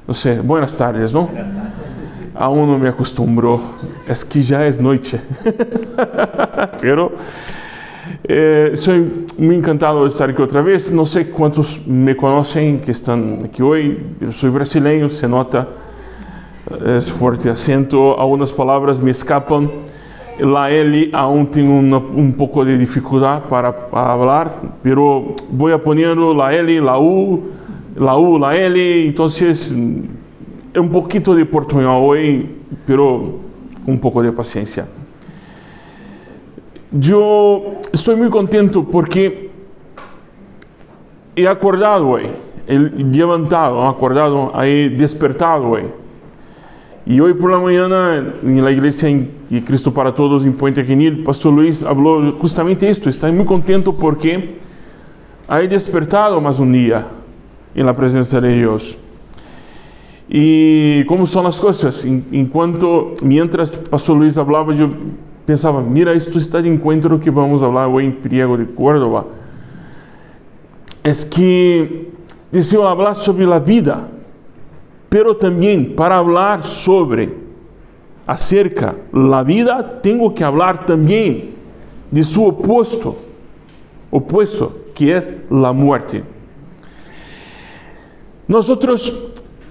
no sé, buenas tardes, ¿no? Aún no me acostumbro, es que ya es noche. Pero soy muy encantado de estar aquí otra vez. No sé cuántos me conocen que están aquí hoy. Yo soy brasileño, se nota, es fuerte acento, algunas palabras me escapan. La L aún tengo un poco de dificultad para hablar, pero voy a poniendo la L, la U, la L, entonces un poquito de portuñol hoy, pero un poco de paciencia. Yo estoy muy contento porque he acordado hoy, he levantado, he despertado hoy. Y hoy por la mañana en la iglesia y Cristo para Todos en Puente Genil, Pastor Luis habló justamente esto. Estoy muy contento porque he despertado más un día en la presencia de Dios. Y cómo son las cosas. Mientras Pastor Luis hablaba, yo pensaba, mira, esto está de encuentro que vamos a hablar hoy en Priego de Córdoba. Es que deseo hablar sobre la vida. Pero también para hablar acerca la vida, tengo que hablar también de su opuesto, que es la muerte. Nosotros,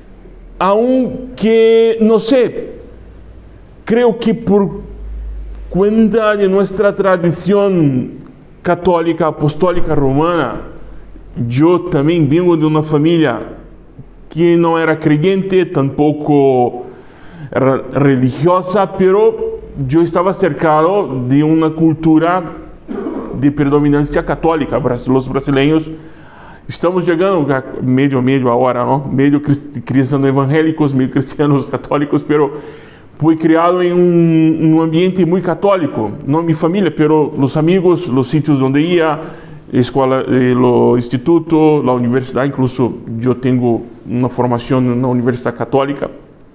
aunque, no sé, creo que por cuenta de nuestra tradición católica, apostólica, romana, yo también vengo de una familia que no era creyente, tampoco era religiosa, pero yo estaba cercado de una cultura de predominancia católica. Los brasileños estamos llegando a medio ahora, ¿no? Medio cristianos evangélicos, medio cristianos católicos, pero fui criado en un ambiente muy católico, no mi familia, pero los amigos, los sitios donde iba, escuela, el instituto, la universidad, incluso yo tengo una formación en una universidad católica.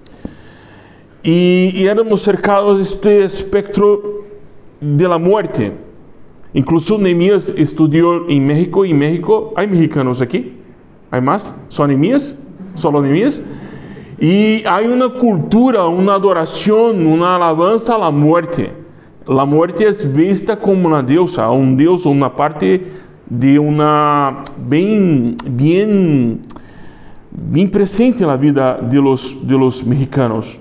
Y éramos cercados de este espectro de la muerte. Incluso Nehemías estudió en México, y en México hay mexicanos aquí. ¿Hay más? ¿Son Nehemías? ¿Solo Nehemías? Y hay una cultura, una adoración, una alabanza a la muerte. La muerte es vista como una diosa, un dios o una parte de una bien presente en la vida de los mexicanos.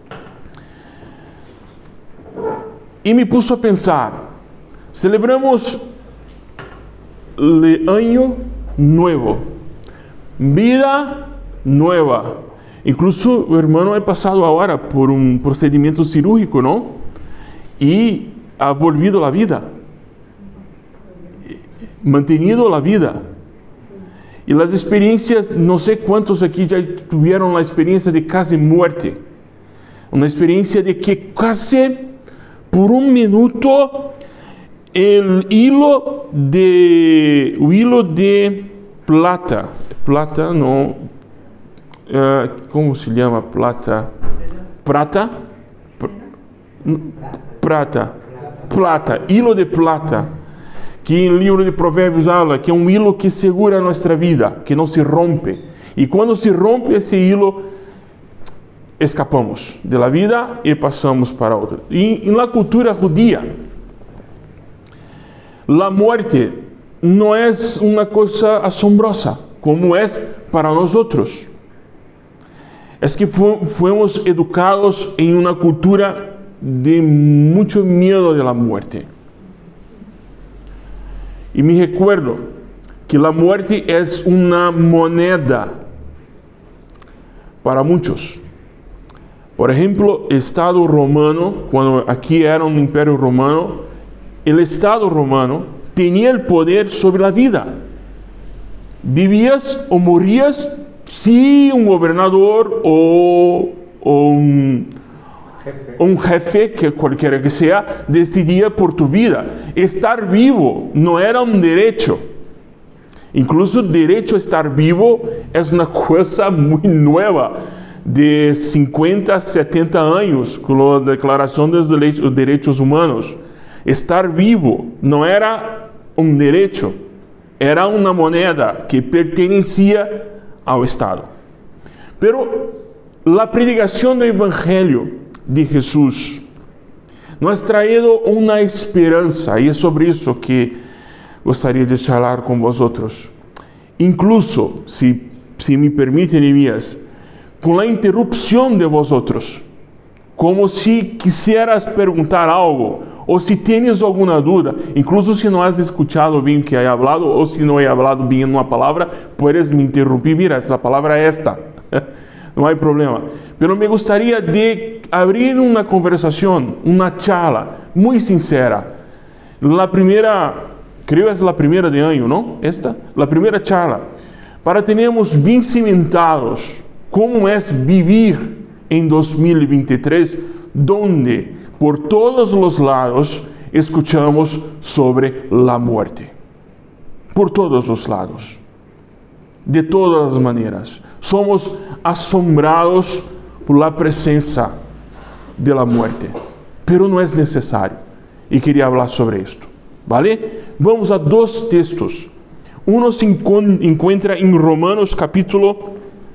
Y me puso a pensar, celebramos el año nuevo, vida nueva. Incluso, hermano, he pasado ahora por un procedimiento cirúrgico, ¿no? Y ha volvido la vida, mantenido la vida. Y las experiencias, no sé cuántos aquí ya tuvieron la experiencia de casi muerte. Una experiencia de que casi por un minuto el hilo de plata, no, ¿cómo se llama? Plata, hilo de plata, que en el libro de Proverbios habla, que es un hilo que segura nuestra vida, que no se rompe. Y cuando se rompe ese hilo, escapamos de la vida y pasamos para otra. Y en la cultura judía, la muerte no es una cosa asombrosa, como es para nosotros. Es que fuimos educados en una cultura de mucho miedo de la muerte. Y me recuerdo que la muerte es una moneda para muchos. Por ejemplo, el Estado romano, cuando aquí era un imperio romano, el Estado romano tenía el poder sobre la vida. Vivías o morías si un gobernador o un jefe, que cualquiera que sea, decidía por tu vida. Estar vivo no era un derecho. Incluso el derecho a estar vivo es una cosa muy nueva, de 50, 70 años, con la Declaración de los Derechos Humanos. Estar vivo no era un derecho, era una moneda que pertenecía al Estado. Pero la predicación del Evangelio de Jesús nos ha traído una esperanza, y es sobre eso que gostaria de charlar con vosotros. Incluso, si me permiten, Nehemías, con la interrupción de vosotros, como si quisieras preguntar algo, o si tienes alguna duda, incluso si no has escuchado bien que he hablado, o si no he hablado bien una palabra, puedes me interrumpir, mira, esa palabra es esta, no hay problema. Pero me gustaría de abrir una conversación, una charla muy sincera. La primera, creo es la primera de año, ¿no? La primera charla, para tenermos bien cimentados cómo es vivir en 2023, donde por todos los lados escuchamos sobre la muerte. Por todos los lados. De todas las maneras. Somos asombrados por la presencia de la muerte. Pero no es necesario. Y quería hablar sobre esto. ¿Vale? Vamos a dos textos. Uno se encuentra en Romanos capítulo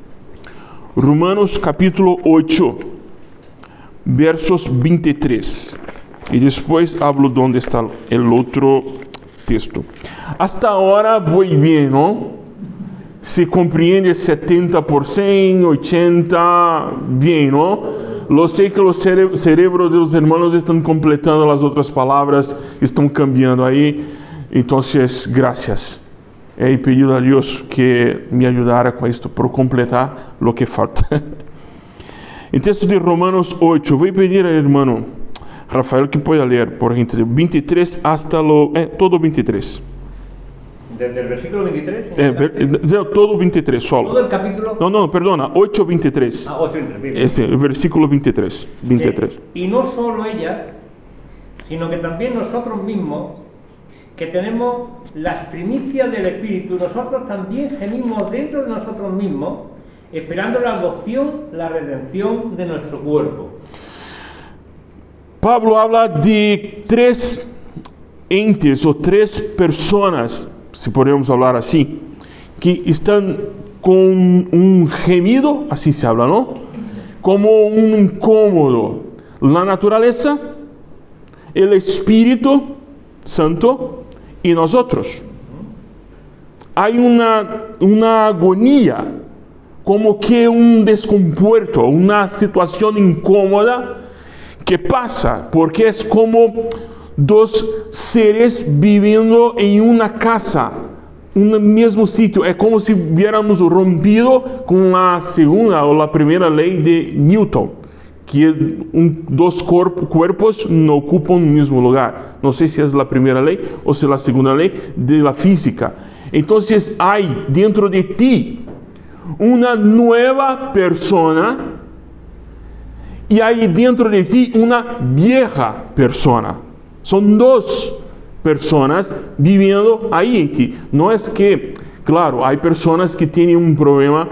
8, versos 23. Y después hablo dónde está el otro texto. Hasta ahora voy bien, ¿no? Se compreende 70%, 80%, bien, ¿no? Lo sé que los cerebros de los hermanos están completando las otras palabras, están cambiando ahí. Entonces, gracias. He pedido a Dios que me ayudara con esto, por completar lo que falta. El texto de Romanos 8, voy a pedir al hermano Rafael que pueda leer por entre 23 hasta todo 23. ¿Desde el versículo 23? Todo 23 solo. ¿Todo el capítulo? No, perdona, 8, 23. 8, 23. Ese, el versículo 23. Y no solo ella, sino que también nosotros mismos, que tenemos las primicias del Espíritu, nosotros también gemimos dentro de nosotros mismos, esperando la adopción, la redención de nuestro cuerpo. Pablo habla de tres entes o tres personas, si podemos hablar así, que están con un gemido, así se habla, ¿no? Como un incómodo. La naturaleza, el Espíritu Santo y nosotros. Hay una agonía, como que un descompuerto, una situación incómoda que pasa, porque es como dos seres viviendo en una casa, un mismo sitio. Es como si hubiéramos rompido con la segunda o la primera ley de Newton, que dos cuerpos no ocupan el mismo lugar. No sé si es la primera ley o si es la segunda ley de la física. Entonces hay dentro de ti una nueva persona y hay dentro de ti una vieja persona. Son dos personas viviendo ahí en ti. No es que, claro, hay personas que tienen un problema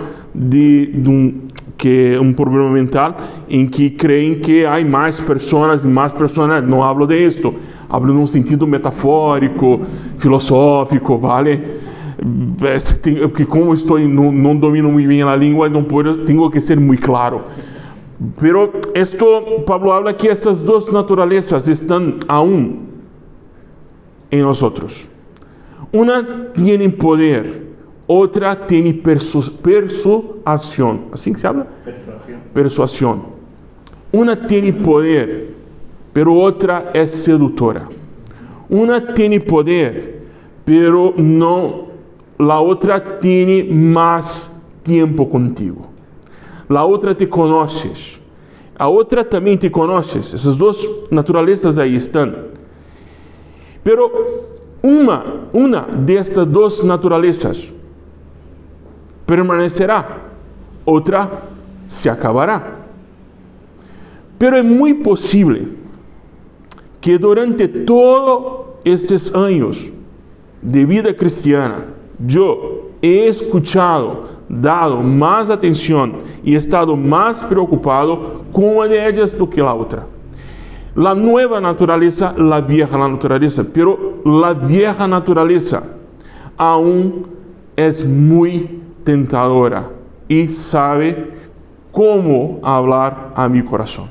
un problema mental en que creen que hay más personas. No hablo de esto, hablo en un sentido metafórico, filosófico, ¿vale? Que como no domino muy bien la lengua, tengo que ser muy claro. Pero esto, Pablo habla que estas dos naturalezas están aún en nosotros. Una tiene poder, otra tiene persuasión. ¿Así que se habla? Persuasión. Una tiene poder, pero otra es seductora. Una tiene poder, pero no, la otra tiene más tiempo contigo. La otra te conoces. A otra también te conoces. Esas dos naturalezas ahí están. Pero una de estas dos naturalezas permanecerá, otra se acabará. Pero es muy posible que durante todos estos años de vida cristiana, yo he escuchado, dado más atención y estado más preocupado con una de ellas do que la otra. La nueva naturaleza, la vieja naturaleza, pero la vieja naturaleza aún es muy tentadora y sabe cómo hablar a mi corazón.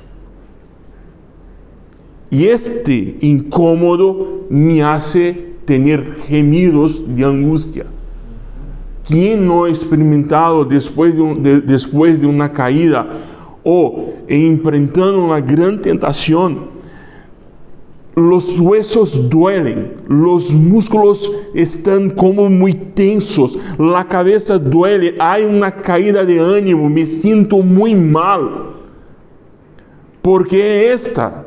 Y este incómodo me hace tener gemidos de angustia. ¿Quién no ha experimentado después de una caída o enfrentando una gran tentación? Los huesos duelen, los músculos están como muy tensos, la cabeza duele, hay una caída de ánimo, me siento muy mal. Porque esta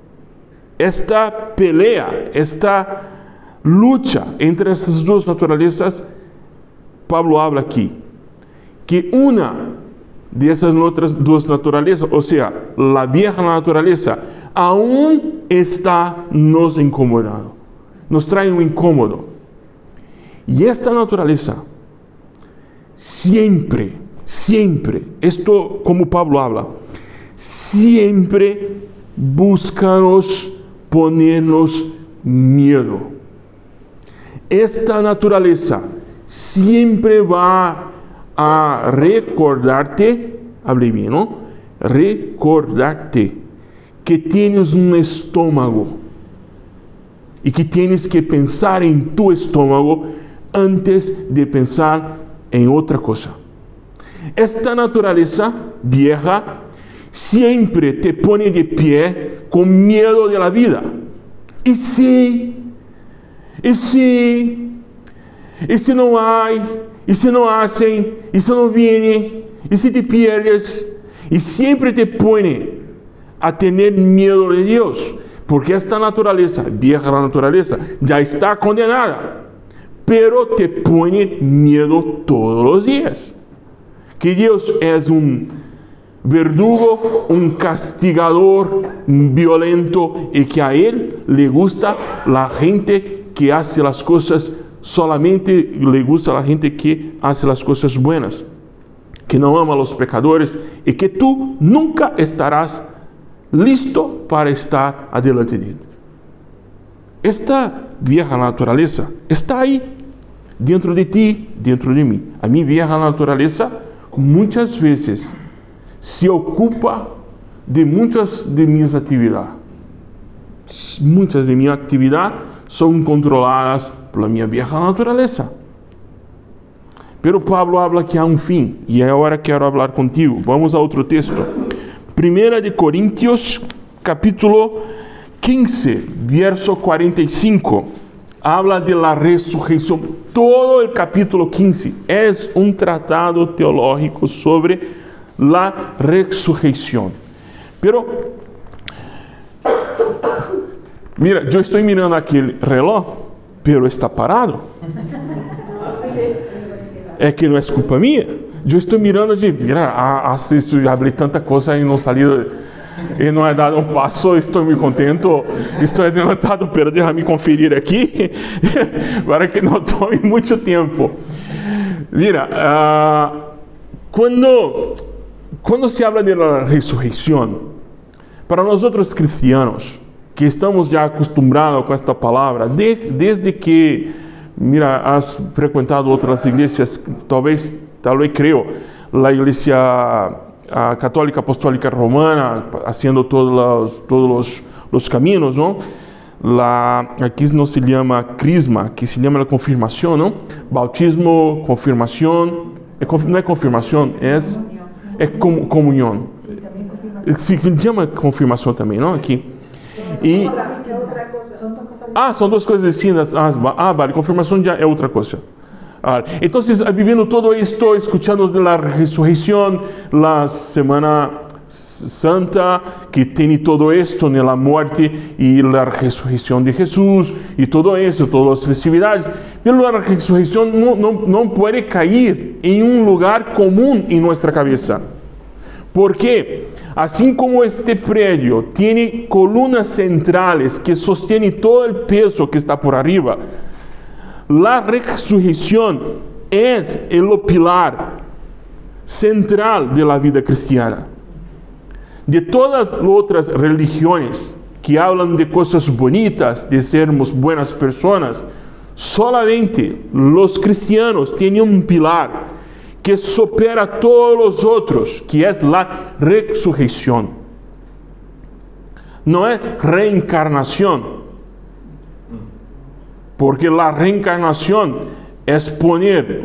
pelea, esta lucha entre estas dos naturalezas, Pablo habla aquí, que una de esas otras dos naturalezas, o sea, la vieja naturaleza, aún está nos incomodando, nos trae un incómodo. Y esta naturaleza, siempre, esto como Pablo habla, siempre buscanos ponernos miedo. Esta naturaleza siempre va a recordarte, hablé bien, ¿no? Recordarte que tienes un estómago y que tienes que pensar en tu estómago antes de pensar en otra cosa. Esta naturaleza vieja siempre te pone de pie con miedo de la vida. Y si no hay, y si no hacen, y si no viene, y si te pierdes, y siempre te pone a tener miedo de Dios, porque esta naturaleza, vieja naturaleza, ya está condenada, pero te pone miedo todos los días. Que Dios es un verdugo, un castigador violento, y que a Él le gusta la gente que hace las cosas, solamente le gusta la gente que hace las cosas buenas, que no ama a los pecadores, y que tú nunca estarás listo para estar adelante de Él. Esta vieja naturaleza está ahí, dentro de ti, dentro de mí. A mi vieja naturaleza muchas veces se ocupa de muchas de mis actividades. Muchas de mis actividades son controladas por la mi vieja naturaleza. Pero Pablo habla que há un fin, y ahora quiero hablar contigo. Vamos a otro texto. 1 de Corintios, capítulo 15, verso 45. Habla de la resurrección. Todo el capítulo 15 es un tratado teológico sobre la resurrección. Pero, mira, yo estoy mirando aquí el reloj, pero está parado. É que não é culpa minha. Eu estou mirando de, mira, hablé tanta coisa e não salido, e não é dado um passo, estou muito contento, estou adelantado, pero deixa-me conferir aqui, para que não tome muito tempo. Mira, quando se habla de la ressurreição, para nós outros cristianos, que estamos já acostumados com esta palavra, desde que, mira, has frecuentado outras igrejas, talvez creo, la iglesia católica apostólica romana, haciendo todos los caminos, ¿no? Aquí no se llama crisma, que se llama la confirmación, ¿no? Bautismo, confirmación, no es confirmación, es comunión. Sí, se llama confirmación también, ¿no? Aquí. Y, son dos cosas distintas. Vale, confirmación ya es otra cosa. Entonces, viviendo todo esto, escuchando de la resurrección, la Semana Santa, que tiene todo esto, la muerte y la resurrección de Jesús, y todo eso, todas las festividades. Pero la resurrección no puede caer en un lugar común en nuestra cabeza. ¿Por qué? Así como este predio tiene columnas centrales que sostienen todo el peso que está por arriba, la resurrección es el pilar central de la vida cristiana. De todas las otras religiones que hablan de cosas bonitas, de sermos buenas personas, solamente los cristianos tienen un pilar que supera a todos los otros, que es la resurrección. No es reencarnación, porque la reencarnación es poner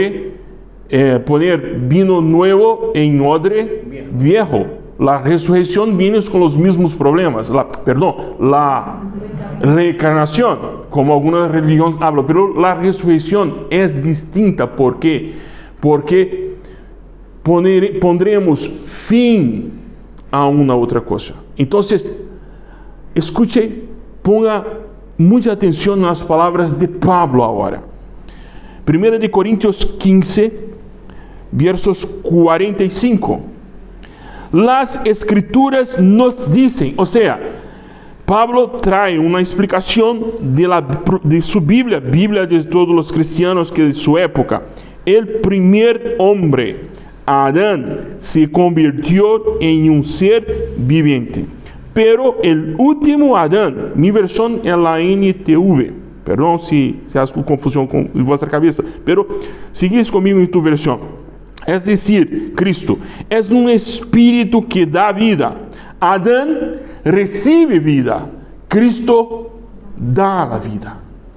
vino nuevo en odre viejo. La resurrección viene con los mismos problemas. La reencarnación, como algunas religiones hablan, pero la resurrección es distinta. ¿Por qué? Porque pondremos fin a una otra cosa. Entonces, escuche, ponga mucha atención en las palabras de Pablo ahora. 1 de Corintios 15, versos 45. Las escrituras nos dicen, o sea, Pablo trae una explicación de su Biblia de todos los cristianos que de su época. El primer hombre, Adán, se convirtió en un ser viviente. Pero el último Adán, mi versión es la NTV, perdón si hace confusión con vuestra cabeza, pero seguís conmigo en tu versión. Es decir, Cristo es un espíritu que da vida. Adán recibe vida, Cristo da la vida.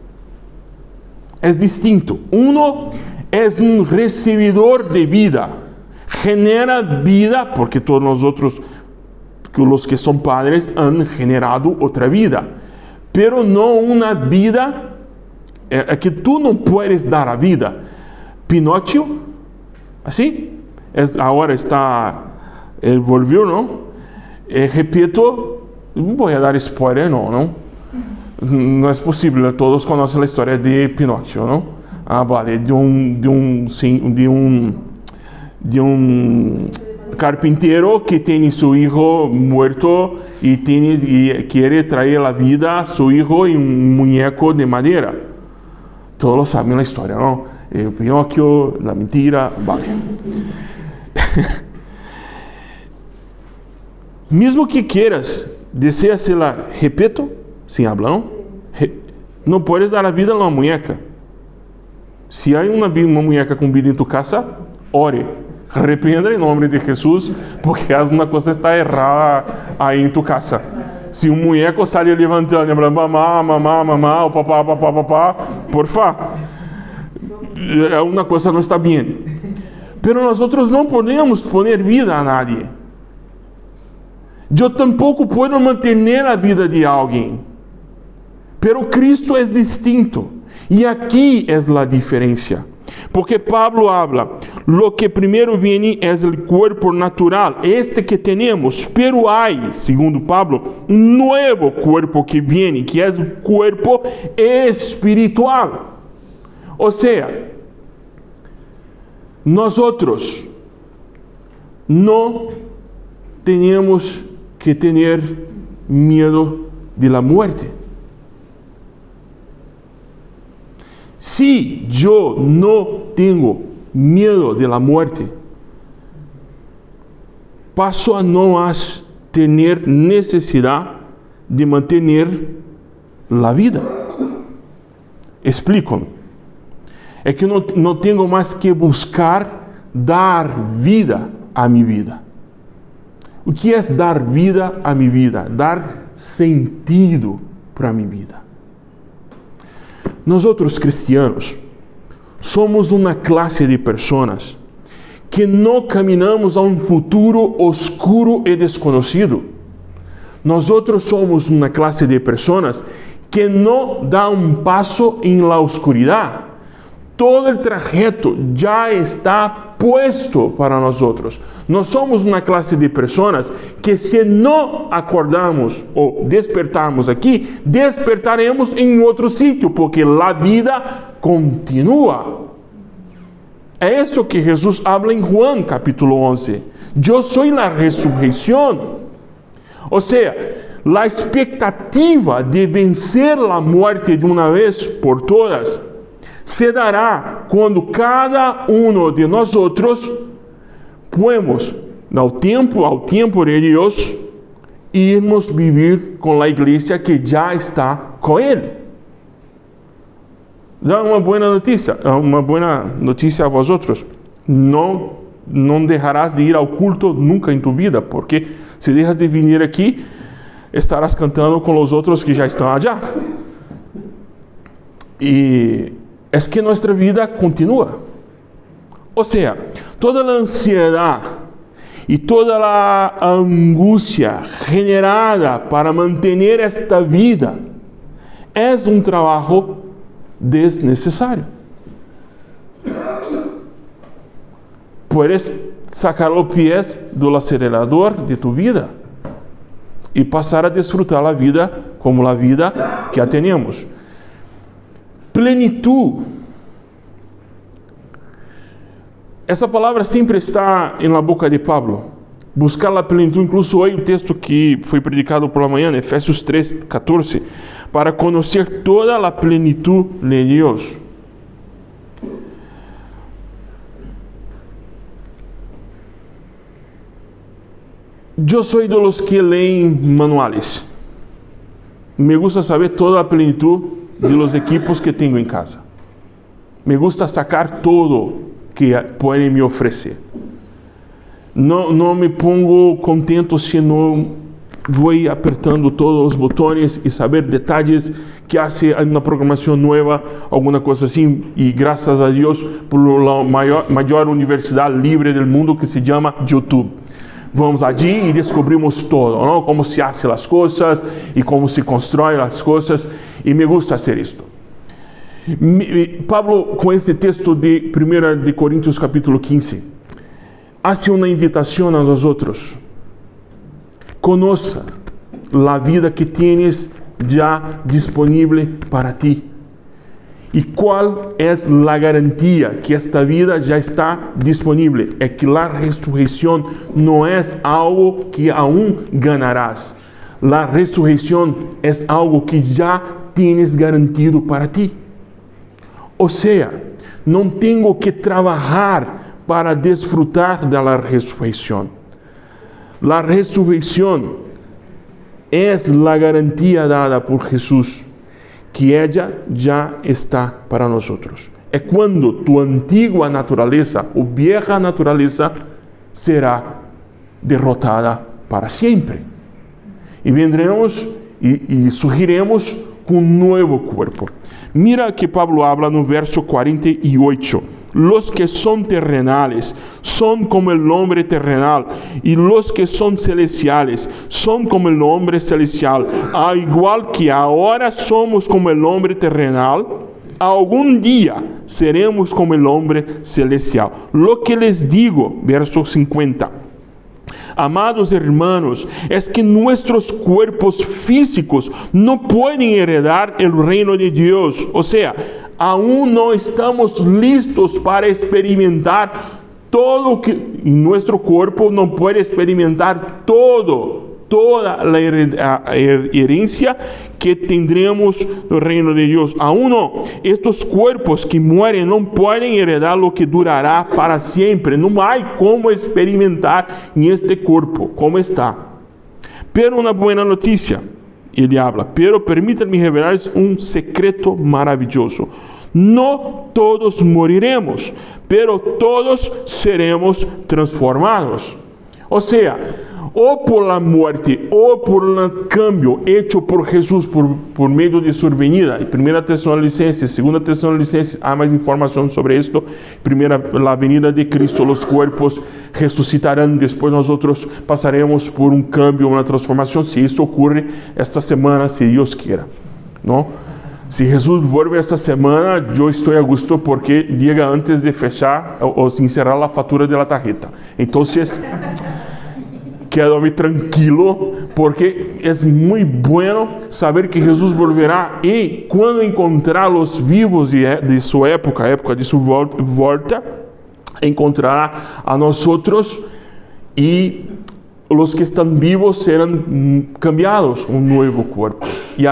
Es distinto. Uno es un recibidor de vida, genera vida, porque todos nosotros, los que son padres, han generado otra vida, pero no una vida que tú no puedes dar a vida. Pinocchio, así, ahora él volvió, ¿no? Repito, no voy a dar spoiler, no es posible, todos conocen la historia de Pinocchio, ¿no? Vale, de un carpintero que tiene su hijo muerto y quiere traer a la vida a su hijo en un muñeco de madera. Todos saben la historia, ¿no? El Pinocchio, la mentira, vale. Mismo que quieras, deseasela, repito, sin hablar, ¿no? No puedes dar la vida a una muñeca. Si hay una muñeca con vida en tu casa, ore. Arrependa en nombre de Jesús, porque alguna cosa está errada ahí en tu casa. Si un muñeco sale levantando, hablando, mamá, o papá, porfa, alguna cosa no está bien. Pero nosotros no podemos poner vida a nadie. Yo tampoco puedo mantener la vida de alguien. Pero Cristo es distinto. Y aquí es la diferencia. Porque Pablo habla, lo que primero viene es el cuerpo natural, este que tenemos, pero hay, segundo Pablo, un nuevo cuerpo que viene, que es el cuerpo espiritual. O sea, nosotros no tenemos que tener miedo de la muerte. Si yo no tengo miedo de la muerte, paso a no tener necesidad de mantener la vida. Explícame. Es que no tengo más que buscar dar vida a mi vida. O que es dar vida a mi vida? Dar sentido para mi vida. Nosotros cristianos somos una clase de personas que no caminamos a un futuro oscuro y desconocido. Nosotros somos una clase de personas que no da un paso en la oscuridad. Todo el trayecto ya está puesto para nosotros. No somos una clase de personas que si no acordamos o despertamos aquí, despertaremos en otro sitio, porque la vida continúa. Es eso que Jesús habla en Juan capítulo 11. Yo soy la resurrección. O sea, la expectativa de vencer la muerte de una vez por todas se dará cuando cada uno de nosotros podemos, al tiempo de Dios, irnos vivir con la iglesia que ya está con Él. Da una buena noticia a vosotros. no dejarás de ir al culto nunca en tu vida, porque si dejas de venir aquí, estarás cantando con los otros que ya están allá. Y es que nuestra vida continúa. O sea, toda la ansiedad y toda la angustia generada para mantener esta vida es un trabajo desnecesario. Puedes sacar los pies del acelerador de tu vida y pasar a disfrutar la vida como la vida que ya tenemos. Plenitud. Essa palavra sempre está na boca de Pablo. Buscar a plenitude, incluso hoje o texto que foi predicado por la manhã, Efésios 3:14, para conhecer toda a plenitude de Deus. Eu sou de los que leem manuales. Me gusta saber toda a plenitude de los equipos que tenho em casa. Me gusta sacar todo que podem me oferecer. Não me pongo contento se não vou apertando todos os botões e saber detalhes que hace uma programação nova, alguma coisa assim, e graças a Deus por a maior universidade livre do mundo que se chama YouTube. Vamos allí e descobrimos todo, não? Como se hace as coisas e como se constrói as coisas, e me gusta fazer isto. Pablo, com esse texto de 1 de Coríntios capítulo 15, hace uma invitação a nós outros. Conoça a vida que tienes já disponível para ti. E qual é a garantia que esta vida já está disponível? É que a ressurreição não é algo que aún ganarás. A ressurreição é algo que já tienes garantido para ti. Ou seja, não tenho que trabalhar para desfrutar da ressurreição. A ressurreição é a garantia dada por Jesus, que ela já está para nós. É quando tu antiga natureza, ou vieja natureza, será derrotada para sempre. E vendremos e surgiremos com um novo corpo. Mira que Pablo habla no verso 48. Los que son terrenales son como el hombre terrenal, y los que son celestiales son como el hombre celestial. Al igual que ahora somos como el hombre terrenal, algún día seremos como el hombre celestial. Lo que les digo, verso 50. Amados hermanos, es que nuestros cuerpos físicos no pueden heredar el reino de Dios. O sea, aún no estamos listos para experimentar todo que nuestro cuerpo no puede experimentar toda la herencia que tendremos no reino de Dios. Aún no, estos cuerpos que mueren no pueden heredar lo que durará para siempre. No hay como experimentar en este cuerpo como está. Pero una buena noticia, ele habla, pero permítanme revelarles un secreto maravilloso. No todos moriremos, pero todos seremos transformados. O sea, o por la muerte, o por el cambio hecho por Jesús por medio de su venida. En 1 Tesalonicenses, 2 Tesalonicenses, hay más información sobre esto. La venida de Cristo, los cuerpos resucitarán. Después nosotros pasaremos por un cambio, una transformación. Si eso ocurre esta semana, si Dios quiera, ¿no? Si Jesús vuelve esta semana, yo estoy a gusto porque llega antes de fechar o encerrar la factura de la tarjeta. Entonces, quédame tranquilo, porque es muy bueno saber que Jesús volverá y cuando encontrar los vivos de su época de su vuelta, encontrará a nosotros y los que están vivos serán cambiados un nuevo cuerpo. Y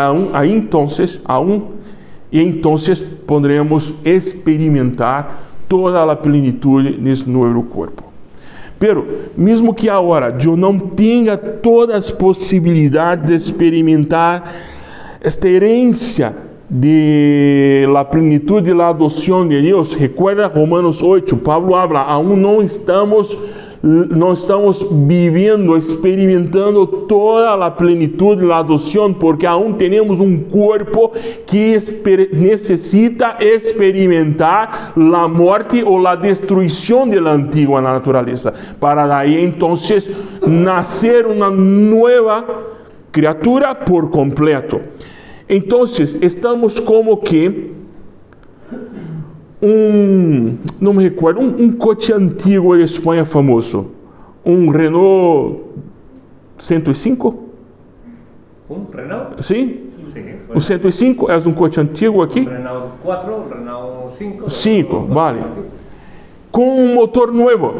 entonces podremos experimentar toda la plenitud de ese nuevo cuerpo. Pero, mesmo que agora eu não tenha todas as possibilidades de experimentar esta herência de la plenitud de la adopción de Dios. Recuerda Romanos 8, Pablo habla, aún no estamos viviendo, experimentando toda la plenitud de la adopción, porque aún tenemos un cuerpo que necesita experimentar la muerte o la destrucción de la antigua naturaleza, para de ahí entonces nacer una nueva criatura por completo. Entonces, estamos como que no me recuerdo, un coche antiguo de España famoso, un Renault 105. ¿Un Renault? ¿Sí? Sí. O 105 es un coche antiguo aquí. Renault 4, Renault 5. 5, vale. Con un motor nuevo.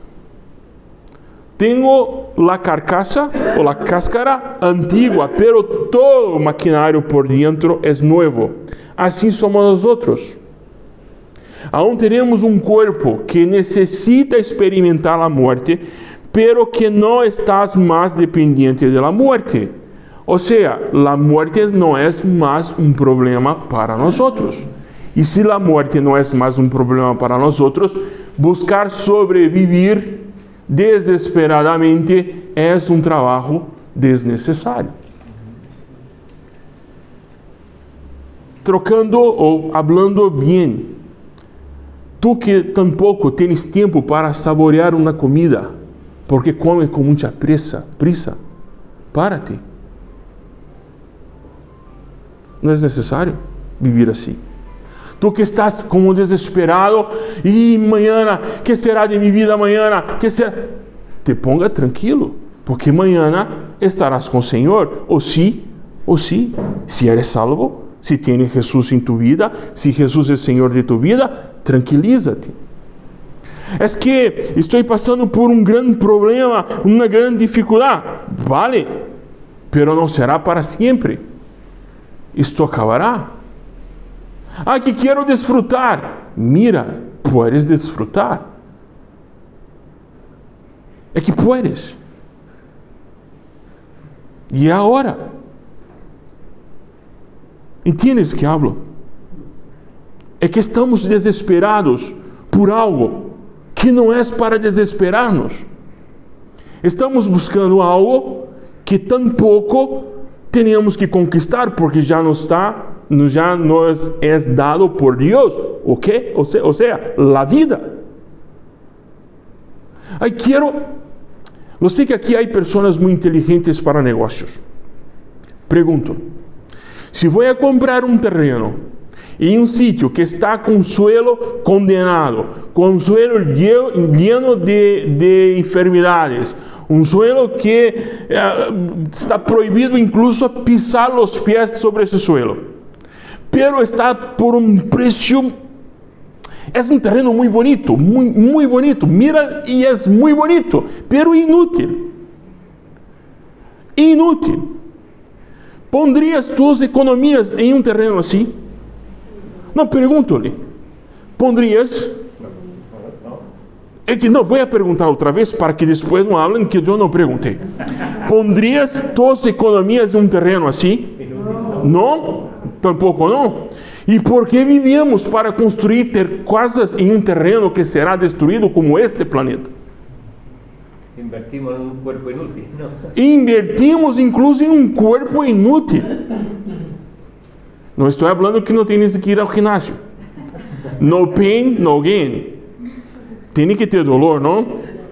Tengo la carcasa o la cáscara antigua, pero todo el maquinario por dentro es nuevo. Así somos nosotros. Aún tenemos un cuerpo que necesita experimentar la muerte, pero que no estás más dependiente de la muerte. O sea, la muerte no es más un problema para nosotros. Y si la muerte no es más un problema para nosotros, buscar sobrevivir desesperadamente es un trabajo desnecesario. Trocando o hablando bien, tú que tampoco tienes tiempo para saborear una comida, porque comes con mucha prisa, párate. No es necesario vivir así. Tú que estás como desesperado, y mañana, ¿qué será de mi vida mañana? ¿Qué será? Te ponga tranquilo, porque mañana estarás con el Señor, o sí, si eres salvo, si tienes Jesús en tu vida, si Jesús es Señor de tu vida, tranquilízate. Es que estoy pasando por un gran problema, una gran dificultad. Vale, pero no será para siempre. Esto acabará. Que quiero disfrutar. Mira, puedes disfrutar. Es que puedes. Y ahora. ¿Entiendes que hablo? Es que estamos desesperados por algo que no es para desesperarnos. Estamos buscando algo que tampoco tenemos que conquistar, porque ya nos es dado por Dios. ¿O qué? O sea, la vida. Yo sé que aquí hay personas muy inteligentes para negocios. Pregunto, si voy a comprar un terreno en un sitio que está con suelo condenado, con suelo lleno de enfermedades, un suelo que está prohibido incluso pisar los pies sobre ese suelo, pero está por un precio, es un terreno muy bonito, muy bonito, mira, y es muy bonito, pero inútil. ¿Pondrías tus economías en un terreno así? No, pregúntale. ¿Pondrías? Es que no, voy a preguntar otra vez para que después no hablen que yo no pregunté. ¿Pondrías tus economías en un terreno así? No, tampoco no. ¿Y por qué vivíamos para construir casas en un terreno que será destruido como este planeta? Invertimos en un cuerpo inútil, ¿no? Invertimos incluso en un cuerpo inútil. No estoy hablando que no tienes que ir al gimnasio. No pain, no gain. Tiene que ter dolor, ¿no?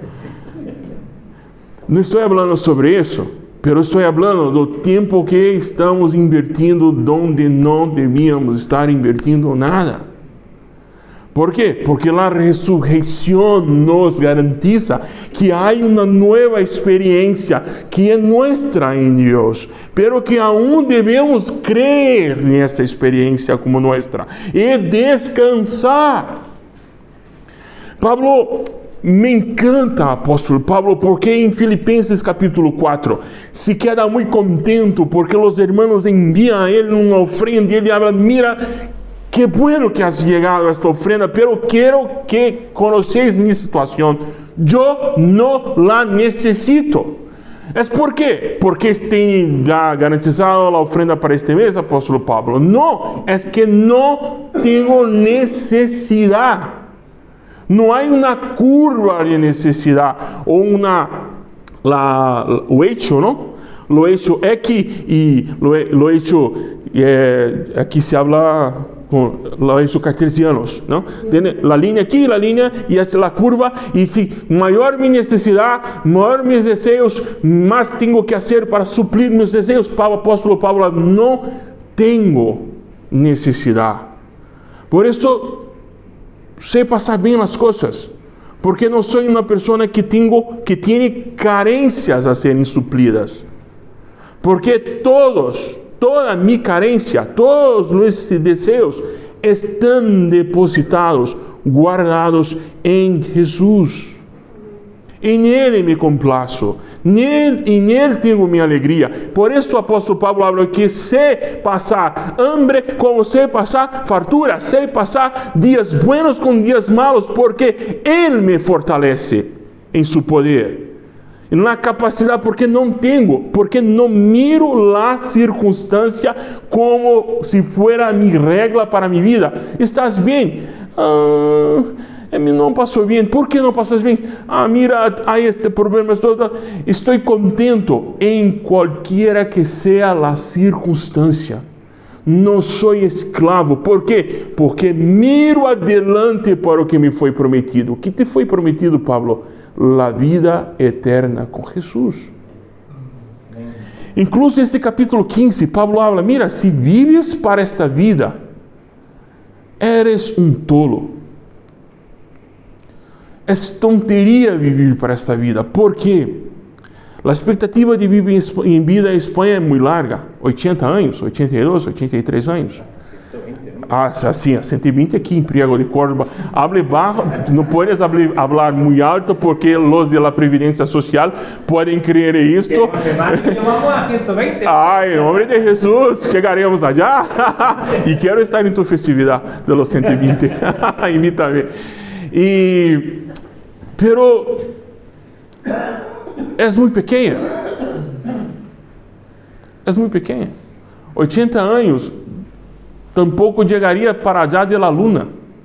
No estoy hablando sobre eso, pero estoy hablando del tiempo que estamos invirtiendo donde no debíamos estar invirtiendo nada. ¿Por qué? Porque la resurrección nos garantiza que hay una nueva experiencia que es nuestra en Dios, pero que aún debemos creer en esta experiencia como nuestra y descansar. Pablo, me encanta apóstolo Pablo, porque en Filipenses capítulo 4 se queda muy contento porque los hermanos envían a él una ofrenda y él habla, mira, qué bueno que has llegado a esta ofrenda, pero quiero que conozcáis mi situación. Yo no la necesito. ¿Es por qué? Porque tiene ya garantizado la ofrenda para este mes, apóstolo Pablo. No, es que no tengo necesidad. No hay una curva de necesidad o o hecho, ¿no? Lo hecho X y lo hecho, aquí se habla con lo hecho cartesianos, ¿no? Tiene la línea aquí, la línea y hace la curva, y si mayor mi necesidad, mayor mis deseos, más tengo que hacer para suplir mis deseos. Apóstolo Pablo, no tengo necesidad. Por eso sé pasar bien las cosas, porque no soy una persona que tiene carencias a serem suplidas. Porque toda mi carencia, todos los deseos están depositados, guardados en Jesús. En Él me complazo, en Él tengo mi alegría. Por eso o apóstolo Pablo habla que sé pasar hambre como sé pasar fartura, sé pasar días buenos con días malos, porque Él me fortalece en su poder. En la capacidad, porque no miro la circunstancia como si fuera mi regla para mi vida. ¿Estás bien? No pasó bien. ¿Por qué no pasas bien? Mira, hay este problema. Estoy contento en cualquiera que sea la circunstancia. No soy esclavo. ¿Por qué? Porque miro adelante para lo que me fue prometido. ¿Qué te fue prometido, Pablo? La vida eterna con Jesús. Incluso en este capítulo 15, Pablo habla, mira, si vives para esta vida, eres un tolo. Es tontería vivir para esta vida. ¿Por qué? La expectativa de vivir en vida en España es muy larga. 80 años, 82, 83 años. Assim, 120 aqui em Priego de Córdoba. Hable bajo, não puedes hablar muito alto porque os de la Previdência Social podem crer isto. Ai, em nome de Jesus, chegaremos allá. E quero estar em tu festividade de los 120. Invítame. Pero é muito pequena. É muito pequena. 80 anos. Tampouco chegaria para allá de la luna.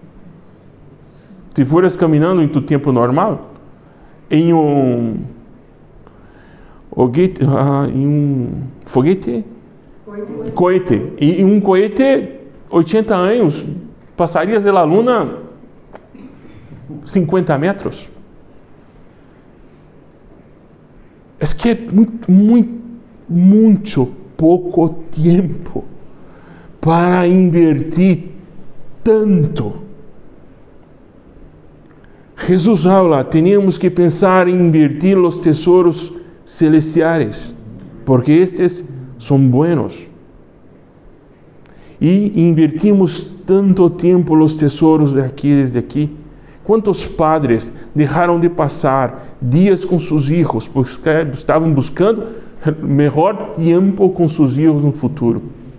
Se fueras caminhando em tu tempo normal, em foguete? Cohete. E em cohete, 80 anos, passarias de la luna 50 metros. É que é muito pouco tempo para invertir tanto. Jesus habla, teníamos que pensar em invertir os tesouros celestiais, porque estes são buenos. E invertimos tanto tempo os tesouros desde aqui. Quantos padres deixaram de passar dias com seus filhos, porque estavam buscando melhor tempo com seus filhos no futuro?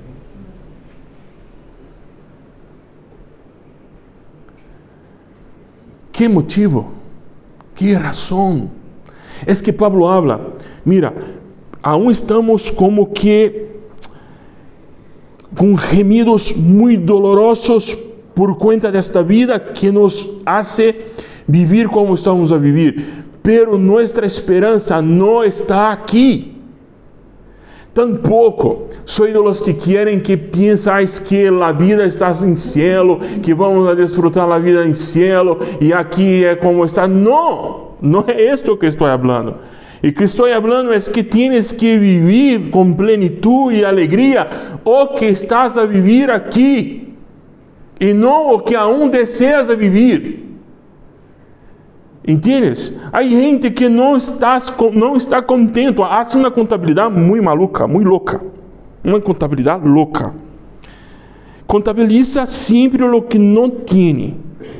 ¿Qué motivo? ¿Qué razón? Es que Pablo habla, mira, aún estamos como que con gemidos muy dolorosos por cuenta de esta vida que nos hace vivir como estamos a vivir, pero nuestra esperanza no está aquí. Tampoco soy de los que quieren que pensáis que la vida está en cielo, que vamos a disfrutar la vida en cielo y aquí es como está. No, no es esto que estoy hablando. Y que estoy hablando es que tienes que vivir con plenitud y alegría o que estás a vivir aquí y no o que aún deseas a vivir. ¿Entiendes? Hay gente que no está contento, hace una contabilidad muy maluca, muy loca. Una contabilidad loca. Contabiliza siempre lo que no tiene.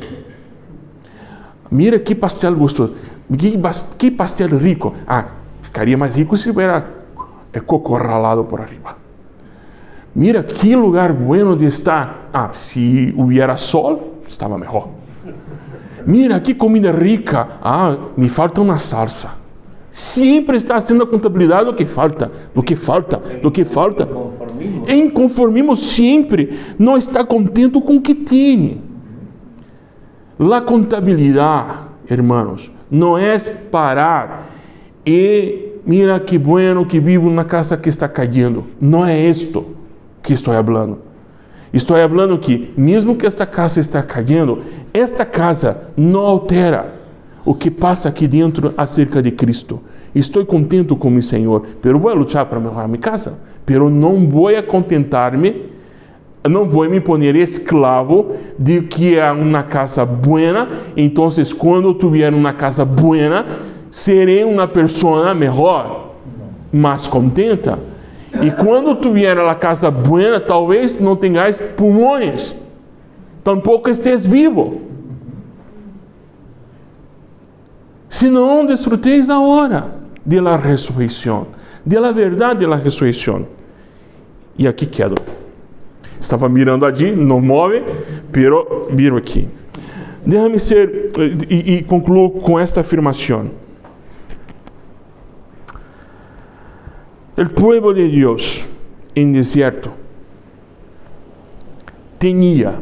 Mira qué pastel gostoso. Qué pastel rico. Ficaría más rico si hubiera coco ralado por arriba. Mira qué lugar bueno de estar. Si hubiera sol, estaba mejor. Mira, que comida rica. Me falta uma salsa. Siempre está haciendo contabilidad lo que falta, lo que falta, lo que falta. É inconformismo siempre. No está contento con lo que tiene. La contabilidad, hermanos, no es parar y mira qué bueno que vivo en una casa que está cayendo. No es esto que estoy hablando. Estoy hablando que, mesmo que esta casa está cayendo, esta casa não altera o que passa aqui dentro acerca de Cristo. Estou contento com meu Senhor, pero vou lutar para melhorar minha casa, pero não vou contentar-me, não vou me poner esclavo de que é uma casa buena. Então, quando eu tiver uma casa buena, serei uma pessoa melhor, mais contenta. E quando tiver a casa buena, talvez não tenhas pulmões, tampouco estés vivo. Se não desfruteis a hora de la ressurreição, de la verdade de la ressurreição. E aqui quedo. Estava mirando ali, não move, pero miro aqui. Déjame ser, e concluo com esta afirmação. El pueblo de Dios en desierto tenía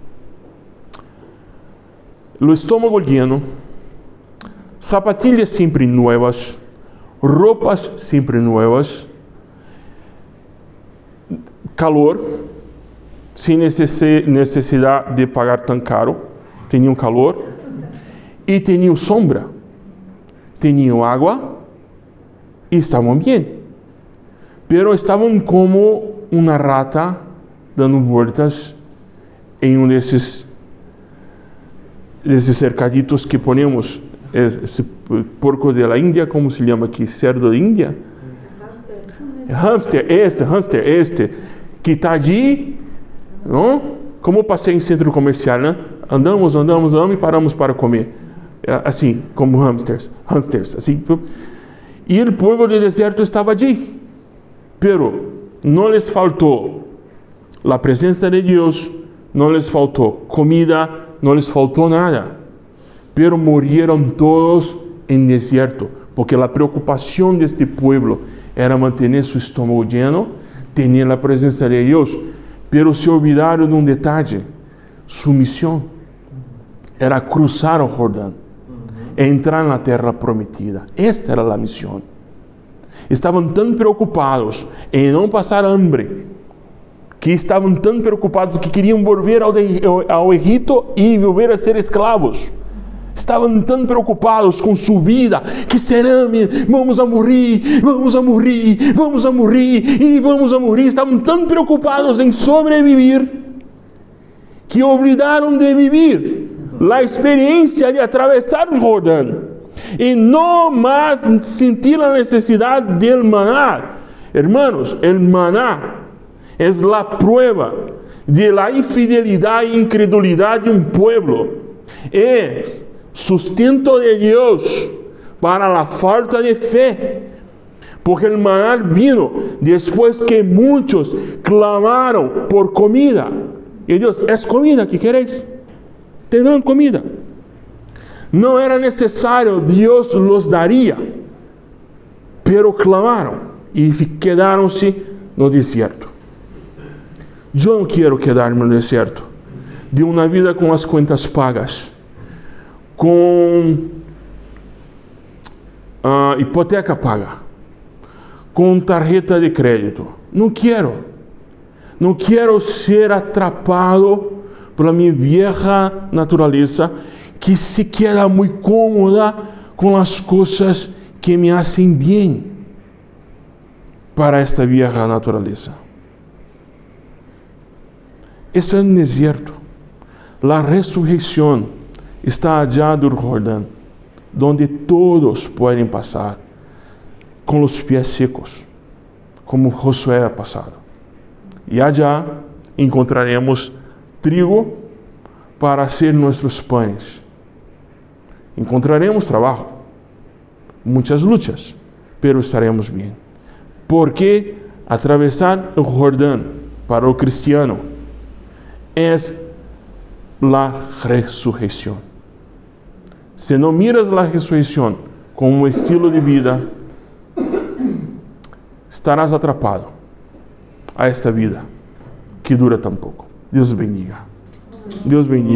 el estómago lleno, zapatillas siempre nuevas, ropas siempre nuevas, calor, sin necesidad de pagar tan caro, tenían calor y tenían sombra, tenían agua y estaban bien. Pero estavam como uma rata dando voltas em desses cercaditos que ponemos, esse porco de la Índia, como se chama aqui, cerdo de Índia? Hamster, este, que está ali, não? Como passeio em centro comercial, né? Andamos e paramos para comer. Assim, como hamsters, assim. E o povo do deserto estava ali. Pero no les faltó la presencia de Dios, no les faltó comida, no les faltó nada. Pero murieron todos en desierto, porque la preocupación de este pueblo era mantener su estómago lleno, tener la presencia de Dios, pero se olvidaron de un detalle: su misión era cruzar el Jordán, entrar en la tierra prometida. Esta era la misión. Estavam tão preocupados em não passar hambre, que estavam tão preocupados que queriam volver ao Egito e volver a ser escravos. Estavam tão preocupados com sua vida, que será, vamos a morrer. Estavam tão preocupados em sobreviver, que olvidaram de viver a experiência de atravessar o Jordão. Y no más sentir la necesidad del maná. Hermanos, el maná es la prueba de la infidelidad e incredulidad de un pueblo. Es sustento de Dios para la falta de fe. Porque el maná vino después que muchos clamaron por comida. Y Dios, ¿es comida que queréis? Tendrán comida. No era necesario, Dios los daría, pero clamaron y quedaron-se no desierto. Yo no quiero quedarme no desierto, de una vida con las cuentas pagas, con hipoteca paga, con tarjeta de crédito. No quiero ser atrapado por la mi vieja naturaleza, que se queda muy cómoda con las cosas que me hacen bien para esta vieja naturaleza. Esto es un desierto. La resurrección está allá del Jordán, donde todos pueden pasar con los pies secos, como Josué ha pasado. Y allá encontraremos trigo para hacer nuestros panes. Encontraremos trabajo, muchas luchas, pero estaremos bien. Porque atravesar el Jordán para el cristiano es la resurrección. Si no miras la resurrección com um estilo de vida, estarás atrapado a esta vida que dura tão pouco. Deus bendiga. Deus bendiga.